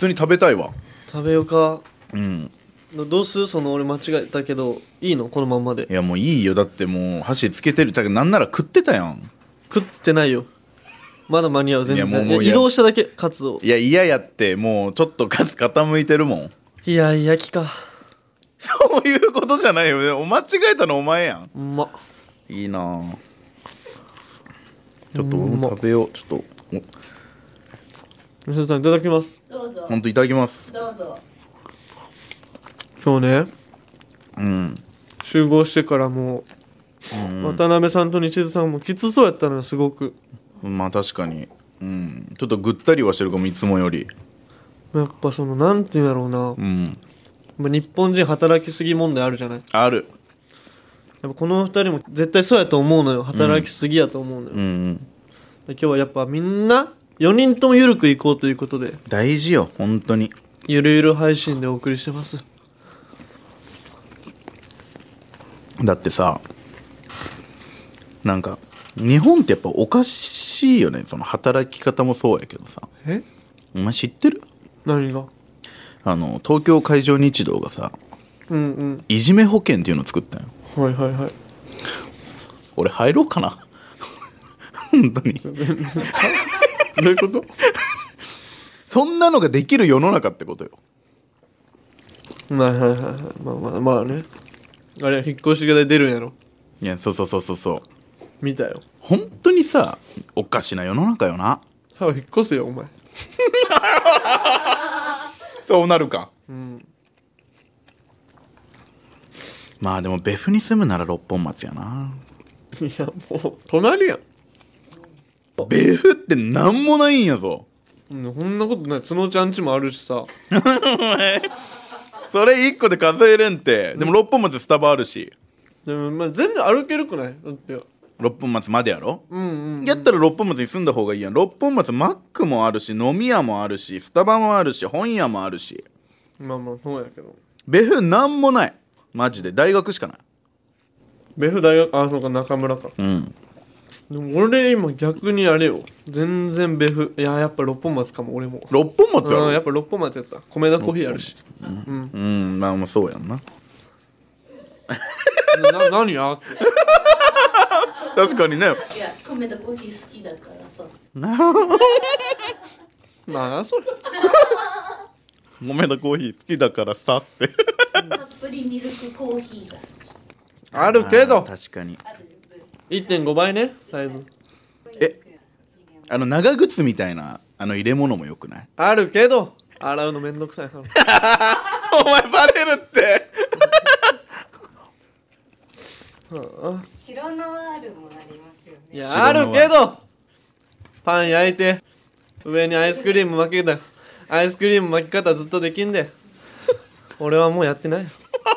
通に食べたいわ。 食べようか。 うん。 どうする？俺間違えたけどいいの？このまんまで。 いやもういいよ。だってもう箸つけてる。だからなんなら食ってたやん。 食ってないよ。まだ間に合う。全然。 いやもう移動しただけカツを。 いや嫌やって。もうちょっとカツ傾いてるもん。 いやいやきか。 そういうことじゃないよね。間違えたのお前やん。 うまっ。 いいなぁ。ちょっと俺も食べよう。ちょっと吉田さんいただきます。 どうぞ。 ほんといただきます。 どうぞ。 今日ねうん集合してからもう、渡辺さんと西津さんもきつそうやったのよすごく。 まあ確かに。うんちょっとぐったりはしてるかもいつもより。 やっぱなんていうんやろうな、 うん日本人働きすぎ問題あるじゃない。 ある。 やっぱこの二人も絶対そうやと思うのよ。働きすぎやと思うのよ、 うんで今日はやっぱみんな4人ともゆるくいこうということで大事よ本当に。 ゆるゆる配信でお送りしてます。 だってさなんか日本ってやっぱおかしいよね。その働き方もそうやけどさ。 えお前知ってる？ 何が？ 東京海上日動がさうんうん。 いじめ保険っていうのを作ったよ。 はいはいはい。 俺入ろうかな本当にどういうこと？ そんなのができる世の中ってことよ。 はいはいはいはい。まあね。あれ引っ越しが出るんやろ。 いやそう見たよ。 本当にさおかしな世の中よな。 は引っ越せよお前。 そうなるか。 うん。 まあでも別府に住むなら六本松やな。 いやもう隣やん。 別府ってなんもないんやぞ。 そんなことない。角ちゃん家もあるしさ。 それ1個で数えれんて。でも六本松スタバあるし。 でもまあ全然歩けるくない？だって六本松までやろ。 うんやったら六本松に住んだ方がいいやん。六本松マックもあるし飲み屋もあるしスタバもあるし本屋もあるし。 まあそうやけど。 別府なんもないマジで。大学しかない。 別府大学、あそうか中村か。 うんでも俺今逆にあれよ。全然別府。いややっぱ六本松かも俺も。 六本松やろ。 やっぱ六本松やった。米田コーヒーあるし。 うんまあそうやんな。 何やって確かにね。 いや、米とコーヒー好きだからさ。 なあそれ。 米田コーヒー好きだからさってたっぷりミルクコーヒーが好き。 あるけど確かに。 ある。 1.5 倍ねサイズ。 長靴みたいな入れ物もよくない？ あるけど洗うのめんどくさいな。 お前バレるって白ノワールもありますよね。 いやあるけどパン焼いて上にアイスクリーム巻きたアイスクリーム巻き方ずっとできんで俺はもうやってないよ。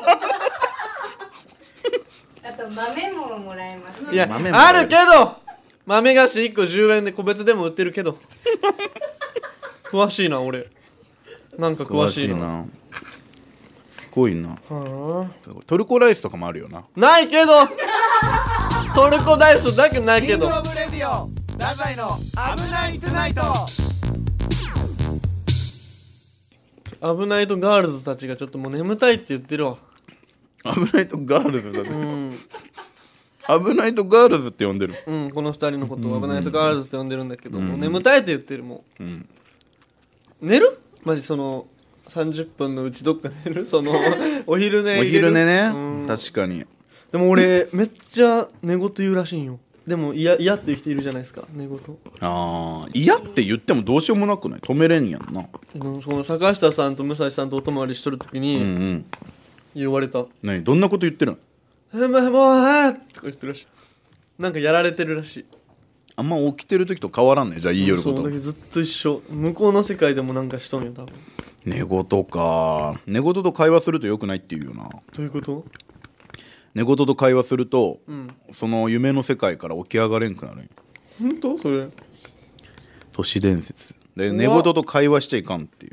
あと豆ももらえますね。 いや豆もあるけど豆菓子1個10円で個別でも売ってるけど詳しいな俺。なんか詳しいな。 すごいな。 はすごいトルコライスとかもあるよな。 あないけどトルコダイスだけないけど。 ブレディオ太宰の危ないトゥナイト。 危ないとガールズたちがちょっともう眠たいって言ってるわ。 危ないとガールズだね。 うん危ないとガールズって呼んでる。 うんこの2人のことを危ないとガールズって呼んでるんだけど、もう眠たいって言ってる。もう寝るマジ30分のうちどっか寝るお昼寝お昼寝ね。 うん確かに。 でも俺めっちゃ寝言言うらしいんよ。でも嫌っていう人いるじゃないですか寝言。 嫌って言ってもどうしようもなくない？止めれんやんな。 でもその坂下さんと武蔵さんとお泊まりしとる時に言われた。 何どんなこと言ってるん？ もうとか言ってるらしい。なんかやられてるらしい。 あんま起きてる時と変わらんね。じゃあ言いよることそうだけどずっと一緒。向こうの世界でもなんかしとんよ多分。 寝言か。寝言と会話すると良くないっていうよな。 どういうこと？ 寝言と会話すると、 んその夢の世界から起き上がれんくなるんよ。 本当それ？ 都市伝説でうわ寝言と会話しちゃいかんっていう。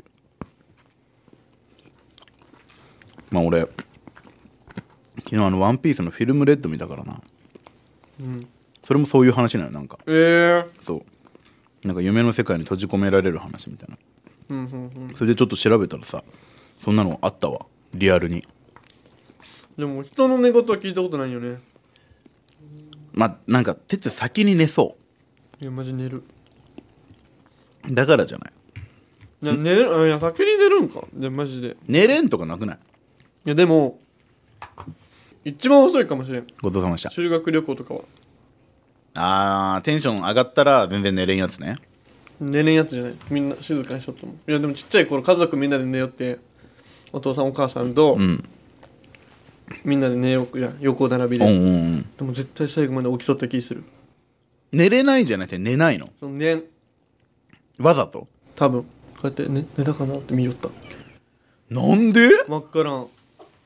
まあ俺昨日ワンピースのフィルムレッド見たからな。それもそういう話なの。なんかそうなんか夢の世界に閉じ込められる話みたいな。 うんうんうん。 それでちょっと調べたらさ、そんなのあったわ、リアルに。 でも人の寝言は聞いたことないよね。 まあなんか鉄先に寝そいやマジ寝る。 うだからじゃない。 いや寝る、いや先に寝るんか。じゃマジで。 寝れんとかなくない？ いやでも一番遅いかもしれん。 ごちそうさまでした。 修学旅行とかはテンション上がったら全然寝れんやつね。 寝れんやつじゃない。みんな静かにしとったもん。いやでもちっちゃい頃家族みんなで寝よって、お父さんお母さんと、みんなで寝ようや横並びで、でも絶対最後まで起きとった気する。 寝れないんじゃなくて寝ないの？ その寝ん、 わざと？ 多分こうやって、寝たかなって見よった。 なんで？ 真っ赤な。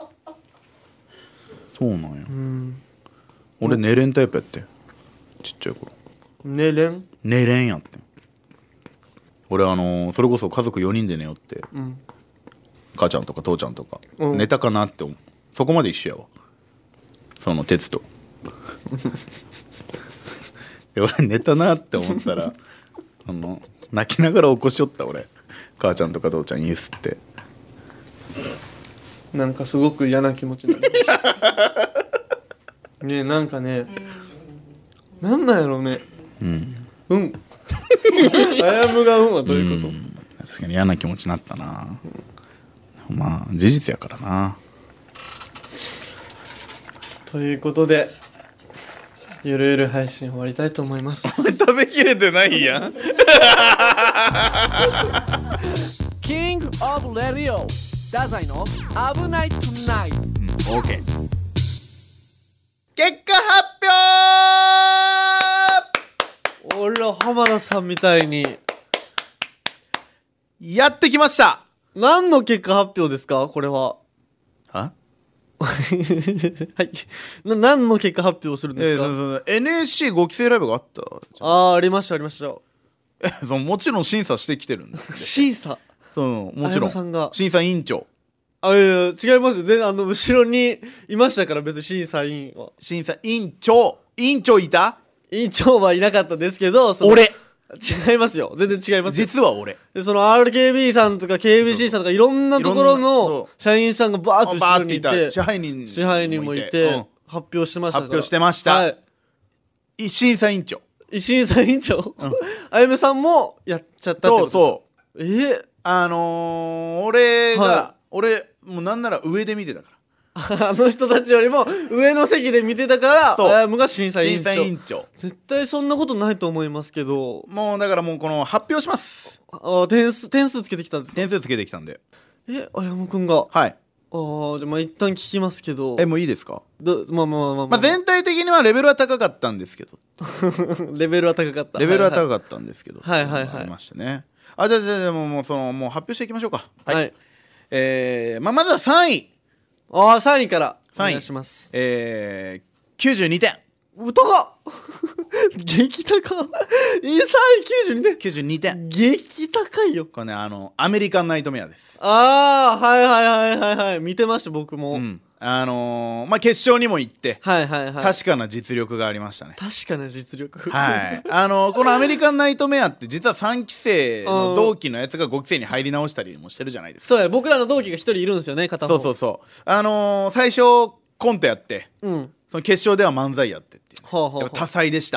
そうなんや。俺寝れんタイプやって、ちっちゃい頃。 寝れん？ 寝れんやって。俺それこそ家族4人で寝よって、母ちゃんとか父ちゃんとか、寝たかなって思う。そこまで一緒やわ、その鉄とで俺寝たなって思ったら泣きながら起こしよった。俺母ちゃんとか父ちゃんにゆすって。 なんかすごく嫌な気持ちになりましたね。なんかね、なんなんやろうね。あやむがはどういうこと？ 確かに嫌な気持ちになったな。まあ事実やからな。 ということでゆるゆる配信終わりたいと思います。 食べきれてないやん。 キングオブレディオ太宰の危ないトゥナイト。 オーケー。結果発表。 俺ら浜田さんみたいにやってきました。 何の結果発表ですかこれは？はい何の結果発表をするんですか？ NSC5 期生ライブがあった。 ありましたありました。 もちろん審査してきてるんだ。 審査？ もちろんさんが審査委員長。 いや違いますよ。全然後ろにいましたから。別に審査員は。 審査委員長いた？ 委員長はいなかったですけど、 俺違いますよ。全然違いますよ。 実は俺でその RKB さんとか KBC さんとかいろんなところの社員さんがバーッと後ろにいて、 支配人もいて、発表してましたから。 発表してました、はい、審査委員長。 審査委員長、あゆめさんもやっちゃったってことですか？ そう俺が、俺もうなんなら上で見てたからあの人たちよりも上の席で見てたから、あやむが審査委員長。絶対そんなことないと思いますけど。 もうだからもうこの発表します。 点数つけてきたんですか？ 点数つけてきたんで。 あやむくんが。 はい。 じゃあまあ一旦聞きますけど。 もういいですか？ まあ全体的にはレベルは高かったんですけどレベルは高かったんですけど、 はいありましたね。じゃあもう発表していきましょうか。はい、まずは3位。 3位からお願いします。 92点。 歌が激高。3位92点。激高いよ。 これねアメリカンナイトメアです。 はい見てました僕も。 決勝にも行って、 確かな実力がありましたね。 確かな実力。 はいこのアメリカンナイトメアって実は3期生の同期のやつが5期生に入り直したりもしてるじゃないですか。 そうや、僕らの同期が1人いるんですよね、片方。 そう最初コントやって、その決勝では漫才やってっていう、多彩でした。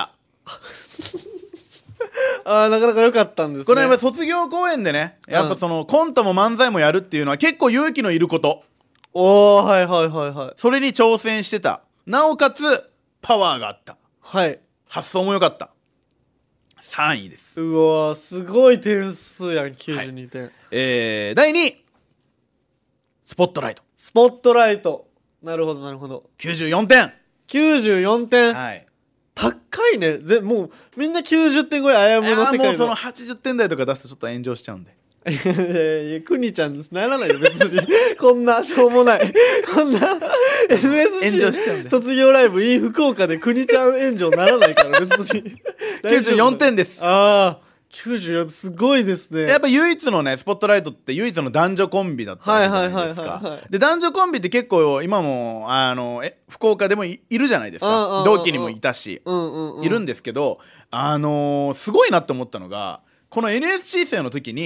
なかなか良かったんですね。 これやっぱ卒業公演でね、やっぱそのコントも漫才もやるっていうのは結構勇気のいること。 はい。 それに挑戦してた。なおかつパワーがあった。発想も良かった。3位です。 うわすごい点数やん。92点。 第2位スポットライト。なるほど94点。はい高いね。もうみんな90点超え。あやむの世界の。 もうその80点台とか出すとちょっと炎上しちゃうんで。 いやくにちゃんです。ならないよ別に。こんなしょうもない。こんな NSC 卒業ライブ in 福岡でくにちゃん炎上ならないから別に。 94点です。 94すごいですね。 やっぱ唯一のねスポットライトって唯一の男女コンビだったじゃないですか。で男女コンビって結構今も福岡でも いるじゃないですか。同期にもいたしいるんですけど、すごいなって思ったのがこの NSC 生の時に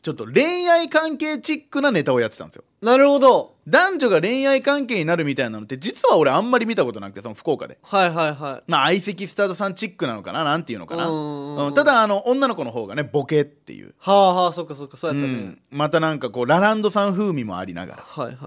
ちょっと恋愛関係チックなネタをやってたんですよ。 なるほど。 男女が恋愛関係になるみたいなのって実は俺あんまり見たことなくて、その福岡で。 はいはいはい。 まあ相席スタートさんチックなのかな、なんていうのかな。ただ女の子の方がねボケっていう。 はあはあ、そっかそっか、そうやったね。 またなんかこうラランドさん風味もありながら。 はいはいはい。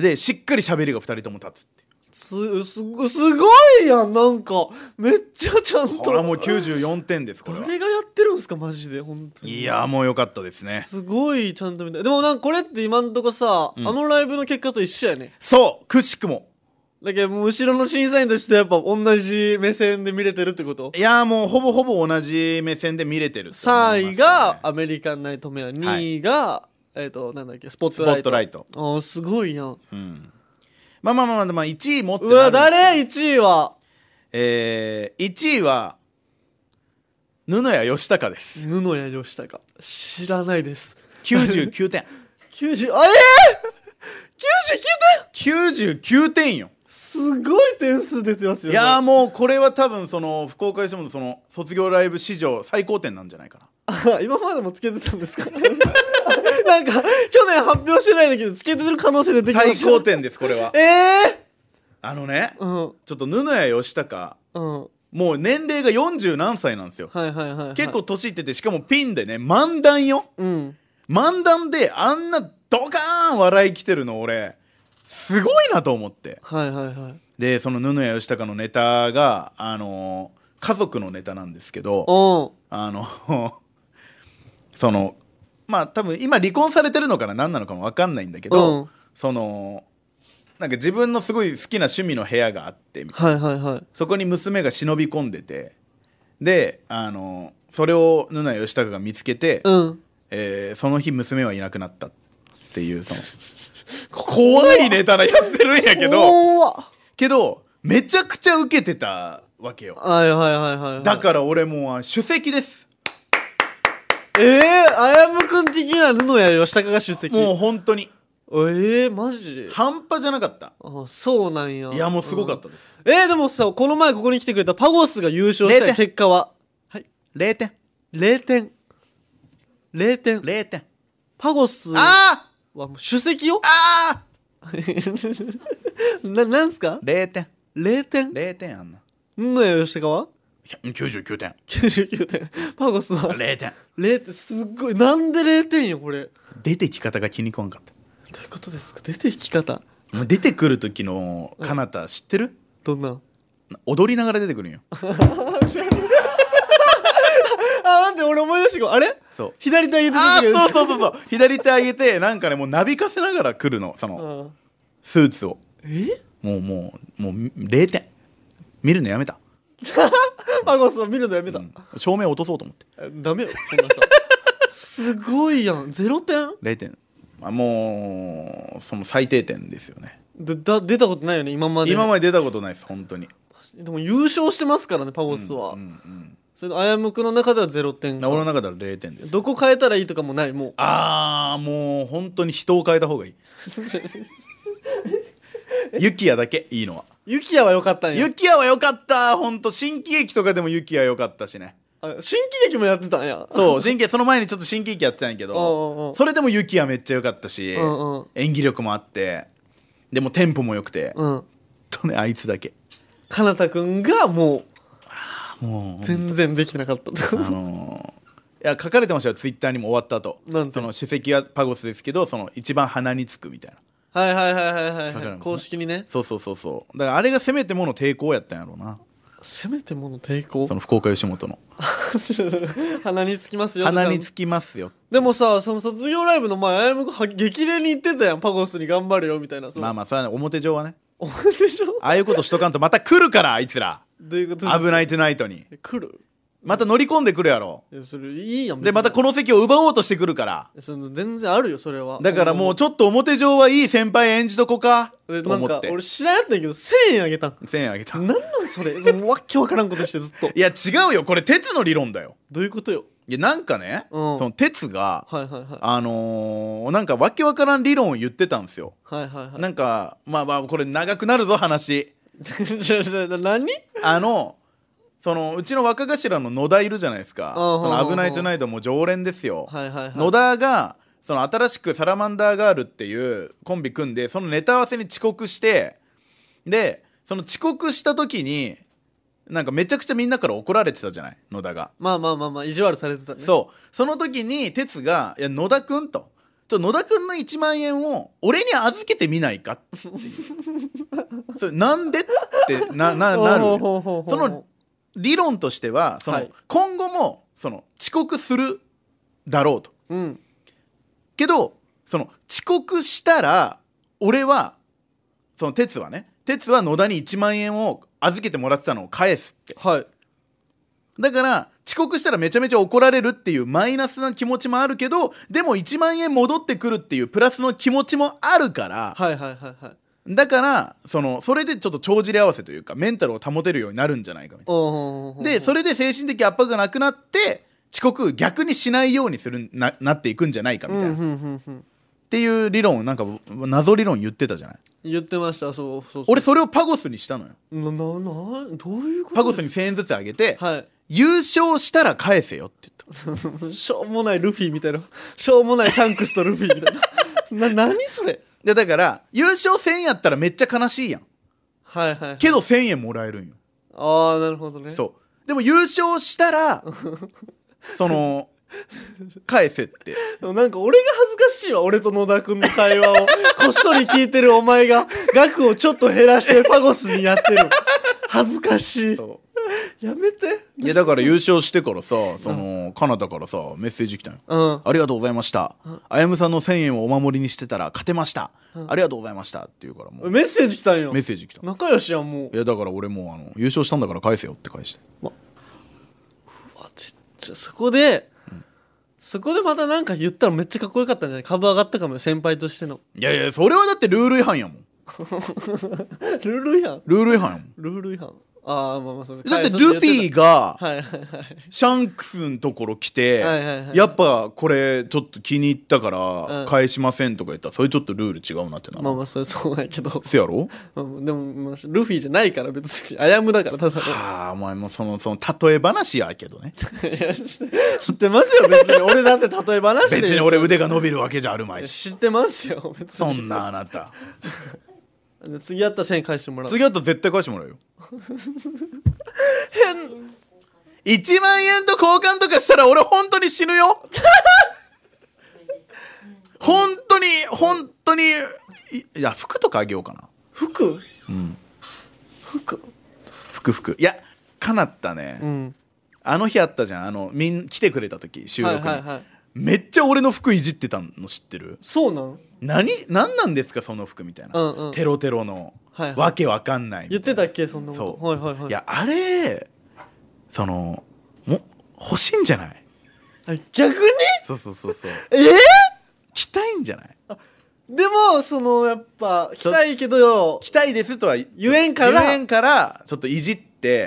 でしっかり喋りが2人とも立つっていう。 すごいやん、なんかめっちゃちゃんと。 これはもう94点です。これは誰がやってるんですかマジで、本当に。 いやもう良かったですね。 すごいちゃんと見たい。でもなんかこれって今んとこさ、あのライブの結果と一緒やね。 そう、くしくも。 だけどもう後ろの審査員としてやっぱ同じ目線で見れてるってこと。 いやもうほぼほぼ同じ目線で見れてる、ね、 3位がアメリカンナイトメア、2位が、なんだっけ、スポットライト。 スポットライト。 ああすごいやん。 まあ1位持ってうわ、誰1位は。 1位は布谷義孝です。 布谷義孝知らないです。 99点 90、99 点99点よ。 すごい点数出てますよ。 いやもうこれは多分その福岡吉本その卒業ライブ史上最高点なんじゃないかな。今までもつけてたんですか。なんか去年発表してないんだけどつけてる可能性出てきました。 最高点ですこれは。あのね、ちょっと布谷義孝、もう年齢が40何歳なんですよ。結構年いってて、しかもピンでね漫談よ、漫談であんなドカーン笑いきてるの俺すごいなと思って、でその布谷義孝のネタが家族のネタなんですけど、そのまあ多分今離婚されてるのかな何なのかも分かんないんだけど、そのなんか自分のすごい好きな趣味の部屋があってみたいな、そこに娘が忍び込んでて、でそれを布谷義孝が見つけて、その日娘はいなくなったっていうその怖いネタやってるんやけどめちゃくちゃウケてたわけよ。だから俺もう首席です。 あやむくん的な布谷義孝が首席。 もう本当にマジ半端じゃなかった。 そうなんや。 いやもうすごかったです。 でもさ、この前ここに来てくれたパゴスが優勝した結果は 0点。 パゴスはもう首席よ。なんすか。 0点あんな。 布谷義孝は 99点。 パゴスは 0点。 すっごい。なんで0点よこれ。 出てき方が気に食わんかった。 どういうことですか。出てき方。 出てくる時のかなた知ってる？ どんな？ 踊りながら出てくるんよ。 待って俺思い出してこう。あれ？そう。左手上げてそう左手上げてなんかねもうなびかせながら来るのそのスーツを。もう0点。見るのやめた。 パゴスは見るのやめた。 照明落とそうと思って。 ダメよこんなさ。すごいやん。0点 ？0点。もうその最低点ですよね。 出たことないよね今まで。 出たことないです本当に。 でも優勝してますからねパゴスは。それあやむくの中では0点か。 俺の中では0点です。 どこ変えたらいいとかもない。もうもう本当に人を変えた方がいい。ユキヤだけいいのは。 ユキヤは良かったんや。 ユキヤは良かった。本当新喜劇とかでもユキヤ良かったしね。 新喜劇もやってたんや。 そうその前にちょっと新喜劇やってたんやけどそれでもユキヤめっちゃ良かったし、演技力もあってでもテンポも良くて、とねあいつだけかなたくんがもう全然できてなかった。いや書かれてましたよツイッターにも終わった後。その首席はパゴスですけどその一番鼻につくみたいな。公式にね。そうだからあれがせめてもの抵抗やったんやろうな。 せめてもの抵抗。 その福岡吉本の鼻につきますよ。 鼻につきますよ。 でもさその卒業ライブの前あやむく激励に言ってたやん。パゴスに頑張れよみたいな。 まあそれは表上はね。ああいうことしとかんとまた来るからあいつら。 どういうこと？ 危ないトゥナイトに来る。 また乗り込んでくるやろ。 それいいやん。 でまたこの席を奪おうとしてくるから。 全然あるよそれは。 だからもうちょっと表上はいい先輩演じとこかと思って。 なんか俺知らんやったんやけど1000円あげたん。 1000円あげた。 なんなんそれ。わっけわからんことしてずっと。 いや違うよこれ鉄の理論だよ。 どういうことよ。 いやなんかね、その鉄がなんかわけわからん理論を言ってたんですよ。なんかまあこれ長くなるぞ話。 何？ そのうちの若頭の野田いるじゃないですか。その危ないトゥナイトも常連ですよ、 はいはいはい、 野田がその新しくサラマンダーガールっていうコンビ組んで、そのネタ合わせに遅刻して、でその遅刻した時になんかめちゃくちゃみんなから怒られてたじゃない、野田が。 まあ意地悪されてたね。 その時に哲が「いや野田くん」と「野田くんの1万円を俺に預けてみないか」っていうそれなんでってなるその理論としてはその、はい、今後もその遅刻するだろうと、うん、けどその遅刻したら俺はその哲は野田に1万円を預けてもらってたのを返すって、はい、だから遅刻したらめちゃめちゃ怒られるっていうマイナスな気持ちもあるけど、でも1万円戻ってくるっていうプラスの気持ちもあるから、はいはいはいはい、だからそれでちょっと帳尻合わせというかメンタルを保てるようになるんじゃないかみたいな。でそれで精神的圧迫がなくなって遅刻逆にしないようになっていくんじゃないかみたいな、っていう理論、なんか謎理論言ってたじゃない。 言ってました。そう俺それをパゴスにしたのよ。 どういうこと？ パゴスに1000円ずつあげて、はい、優勝したら返せよって言ったしょうもないルフィみたいな、しょうもないシャンクスとルフィみたいな何それ。 でだから優勝1000円やったらめっちゃ悲しいやん、 はいはいはい、 けど1000円もらえるんよ。 ああなるほどね。 そうでも優勝したらその返せって。 なんか俺が恥ずかしいわ。俺と野田くんの会話をこっそり聞いてるお前が額をちょっと減らしてパゴスにやってる。恥ずかしい。やめて。 いやだから優勝してからさ、そのカナダからさメッセージ来たよ、ありがとうございました、あやむさんの1000円をお守りにしてたら勝てました、ありがとうございましたって言うから、もうメッセージ来たんよ。 メッセージ来た。 仲良しやんもう。 いやだから俺も優勝したんだから返せよって返して、 そこでまたなんか言ったらめっちゃかっこよかったんじゃない？株上がったかもよ、先輩としての。 いやいやそれはだってルール違反やもんルール違反ルール違反やもん。 ルール違反。ああまあそれだってルフィがシャンクスのところ来て、やっぱこれちょっと気に入ったから返しませんとか言ったら、それちょっとルール違うなってな。 まあそれそうないけど、 せやろでもルフィじゃないから別にあやむだからただの。 はあお前もその例え話やけどね知ってますよ別に。俺だって例え話で別に俺腕が伸びるわけじゃあるまいし。 知ってますよ別に。 そんなあなた次あったら1000円返してもらう。 次あったら絶対返してもらうよ1万円と交換とかしたら俺本当に死ぬよ本当にいや服とかあげようかな。 服いやかなったね、あの日あったじゃん、来てくれた時収録に、めっちゃ俺の服いじってたの知ってる？ そうなん？ 何なんですかその服みたいな、テロテロの、わけわかんない言ってたっけそんなこと。 そう、いやあれも欲しいんじゃない？ 逆に？ そう着たいんじゃない？ でもやっぱ着たいけど着たいですとは言えんからちょっといじって、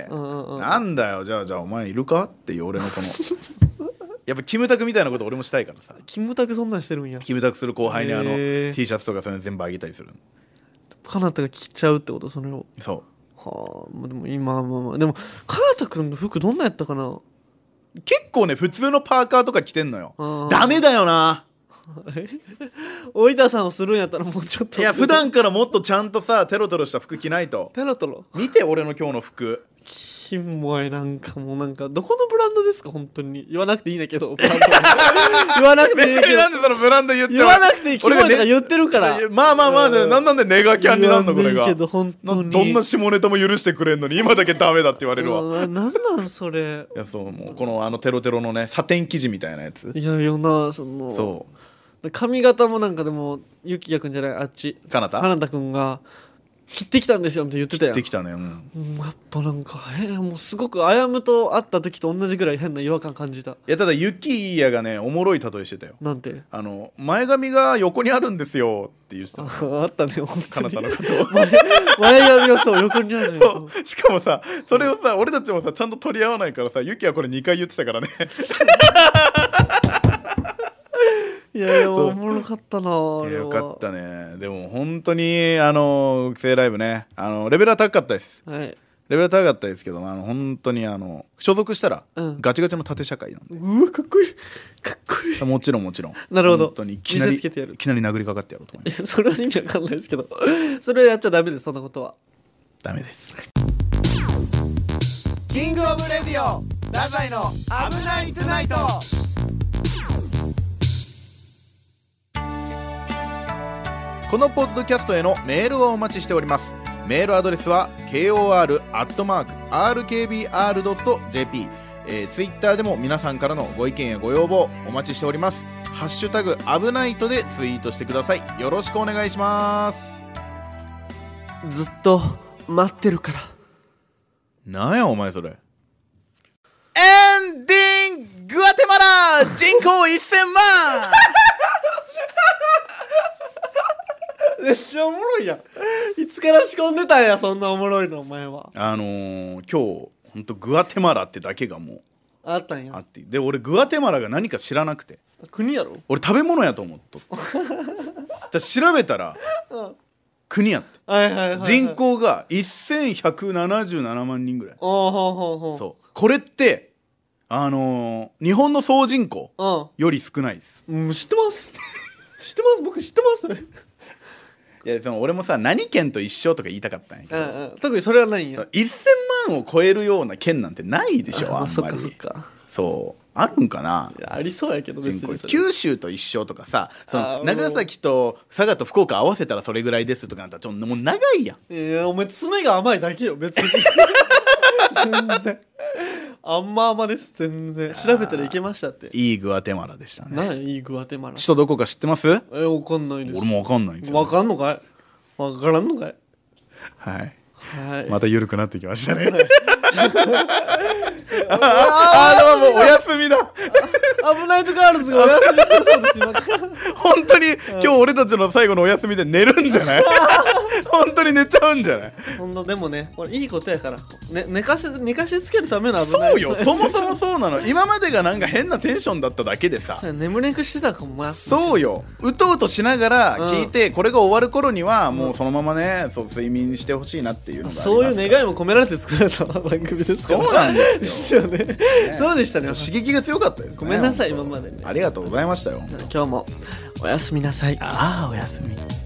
なんだよじゃあお前いるかっていう俺のこのやっぱキムタクみたいなこと俺もしたいからさ。 キムタクそんなんしてるんや。 キムタクする後輩にT シャツとかそういうの全部あげたりする。 カナタが着ちゃうってこと？それを。そうはあ。でも今でもカナタ君の服どんなやったかな。 結構ね普通のパーカーとか着てんのよ。ダメだよな大分さんをするんやったらもうちょっと。 いや普段からもっとちゃんとさテロテロした服着ないと。 テロテロ見て俺の今日の服。 キモい。なんかどこのブランドですか本当に。言わなくていいんだけど言わなくていいけどなんでそのブランド言って言わなくていい。キモいとか言ってるから。 まあじゃなんでネガキャンになんのこれが。 いいけど本当にどんな下ネタも許してくれんのに今だけダメだって言われるわ。 なんそれ。 いやもうこのテロテロのねサテン生地みたいなやつ。 いやよなそう髪型もなんかでもゆきやくんじゃないあっちかなたくんが切ってきたんですよって言ってたやん。 切ってきたね。 やっぱなんかもうすごくあやむと会った時と同じぐらい変な違和感感じた。いやただゆきやがねおもろい例えしてたよ。 なんて？ 前髪が横にあるんですよって言ってた。 あったね本当に。 かなたのこと前髪がそう横にあるよ。 しかもさそれをさ俺たちもさちゃんと取り合わないからさゆきはこれ2回言ってたからねいやおもろかったな。 よかったね。でも本当に育成ライブねレベルは高かったです。 レベル高かったですけど、本当に所属したらガチガチの縦社会なんで、 うわかっこいいかっこいい。 もちろんなるほど。 本当にいきなり見せつけてやる。 殴りかかってやろうと思います。 それは意味わかんないですけどそれはやっちゃダメです。そんなことはダメです。 キングオブレディオ太宰の危ないトゥナイト。 このポッドキャストへのメールをお待ちしております。メールアドレスは kor@rkbr.jp、ツイッターでも皆さんからのご意見やご要望お待ちしております。ハッシュタグ危ないとでツイートしてください。よろしくお願いします。 ずっと待ってるから。 なんやお前それ。エンディンググアテマラ人口1000万めっちゃおもろいやん。いつから仕込んでたんや、そんなおもろいのお前は。 今日ほんとグアテマラってだけがもうあったんや。 あって、で俺グアテマラが何か知らなくて、 国やろ。 俺食べ物やと思っとだ調べたら、国やって、 はいはいはいはい、 人口が1177万人ぐらい。そう、これって日本の総人口より少ないです。 知ってます知ってます、僕知ってますいや俺もさ何県と一緒とか言いたかったんやけど、 特にそれはないんや。 1000万を超えるような県なんてないでしょ。あんまり。 そっかそっか。 そうあるんかな。 いやありそうやけど別に九州と一緒とかさ、長崎と佐賀と福岡合わせたらそれぐらいですとかなったらもう長いやん。 いやお前爪が甘いだけよ別に全然あんま甘です。全然調べたらいけましたって。 いいグアテマラでしたね。 何いいグアテマラ。 首都どこか知ってます？ わかんないです。 俺もわかんないんですよ。 わかんのかい。わからんのかい。 はい、 はい、 また緩くなってきましたねもうお休みだ危ないとガールズがお休みするそうです今本当に今日俺たちの最後のお休みで寝るんじゃない本当に寝ちゃうんじゃない。 本当でもねこれいいことやから、ね、寝かしつけるための危ない。 そうよそもそもそうなの。今までがなんか変なテンションだっただけでさ、 眠れんくしてたかも。 そうよ、うとうとしながら聞いて、これが終わる頃にはもうそのままね、睡眠してほしいなっていうのがありますから。 そういう願いも込められて作られた番組ですから。 そうなんですよですよね。そうでしたね。 刺激が強かったですね。 ごめんなさい今までね。 ありがとうございましたよ。 今日もおやすみなさい。 ああおやすみ。